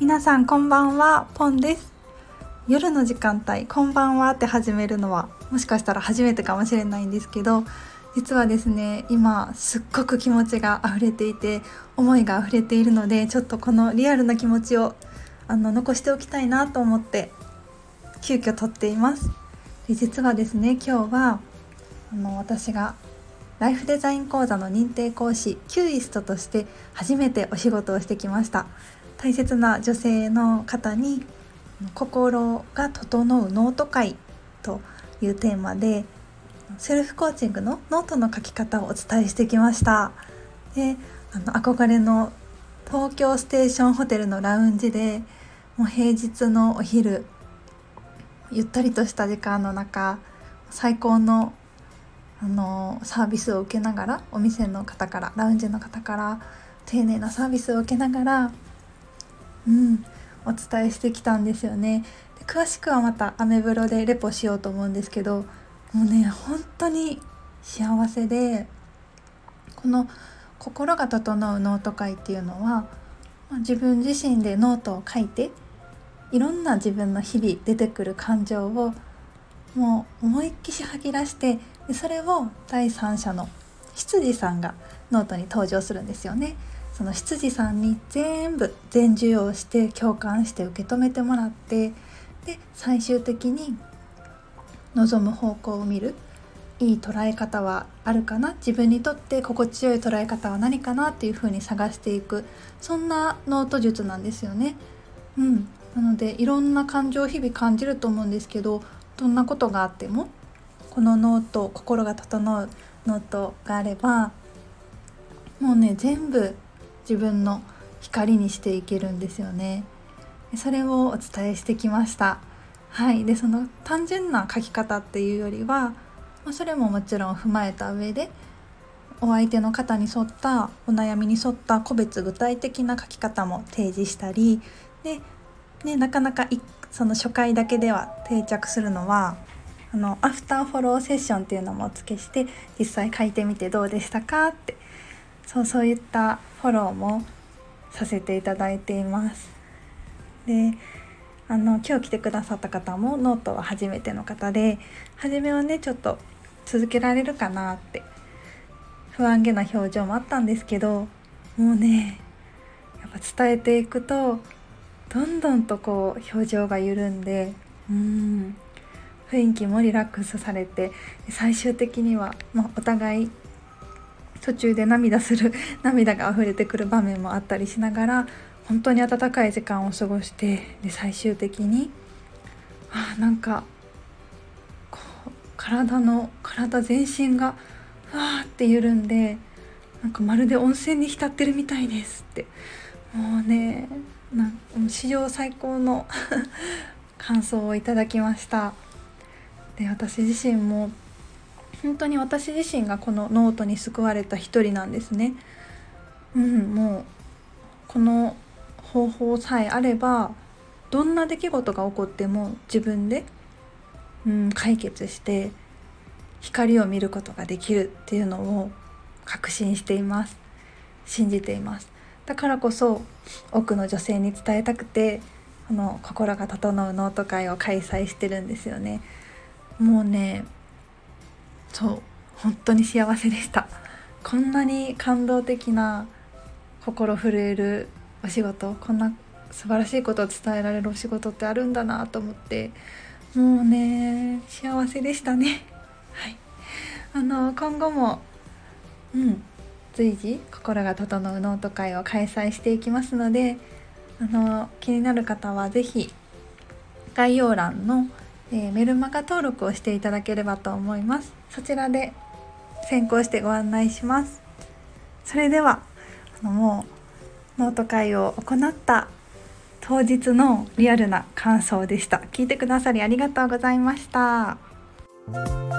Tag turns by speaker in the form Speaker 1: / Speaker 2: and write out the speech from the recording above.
Speaker 1: 皆さんこんばんは、ポンです。夜の時間帯こんばんはって始めるのはもしかしたら初めてかもしれないんですけど、実はですね、今すっごく気持ちが溢れていて、思いが溢れているので、ちょっとこのリアルな気持ちを残しておきたいなと思って急遽撮っています。で、実はですね、今日は私がライフデザイン講座の認定講師キューイストとして初めてお仕事をしてきました。大切な女性の方に心が整うノート会というテーマでセルフコーチングのノートの書き方をお伝えしてきました。で、憧れの東京ステーションホテルのラウンジで、もう平日のお昼ゆったりとした時間の中、最高のサービスを受けながら、お店の方から、ラウンジの方から丁寧なサービスを受けながら、お伝えしてきたんですよね。で、詳しくはまたアメブロでレポしようと思うんですけど、もうね、本当に幸せで、この心が整うノート会っていうのは、自分自身でノートを書いて、いろんな自分の日々出てくる感情をもう思いっきし吐き出して、でそれを第三者の執事さんがノートに登場するんですよね。その執事さんに全受容して共感して受け止めてもらって、で最終的に望む方向を見る、いい捉え方はあるかな、自分にとって心地よい捉え方は何かなっていう風に探していく、そんなノート術なんですよね。なので、いろんな感情を日々感じると思うんですけど、どんなことがあってもこのノート、心が整うノートがあれば、もうね、全部自分の光にしていけるんですよね。それをお伝えしてきました。で、その単純な書き方っていうよりは、それももちろん踏まえた上で、お相手の方に沿った、お悩みに沿った個別具体的な書き方も提示したりで、なかなかその初回だけでは定着するのは、アフターフォローセッションっていうのもお付けして、実際書いてみてどうでしたかって、そういったフォローもさせていただいています。で、今日来てくださった方もノートは初めての方で、初めはね、ちょっと続けられるかなって不安げな表情もあったんですけど、もうね、やっぱ伝えていくとどんどんとこう表情が緩んで、雰囲気もリラックスされて、最終的には、お互い途中で涙が溢れてくる場面もあったりしながら、本当に温かい時間を過ごして、で最終的になんかこう体全身がわーって緩んで、なんかまるで温泉に浸ってるみたいですって、もうね、史上最高の感想をいただきました。で、私自身も本当に私自身がこのノートに救われた一人なんですね。もうこの方法さえあれば、どんな出来事が起こっても自分で、解決して光を見ることができるっていうのを確信しています。信じています。だからこそ多くの女性に伝えたくて、この心が整うノート会を開催してるんですよね。もうね、本当に幸せでした。こんなに感動的な、心震えるお仕事、こんな素晴らしいことを伝えられるお仕事ってあるんだなと思って、もうね、幸せでしたね。今後も随時心が整うノート会を開催していきますので、気になる方はぜひ概要欄のメルマガ登録をしていただければと思います。そちらで先行してご案内します。それではもうノート会を行った当日のリアルな感想でした。聞いてくださりありがとうございました。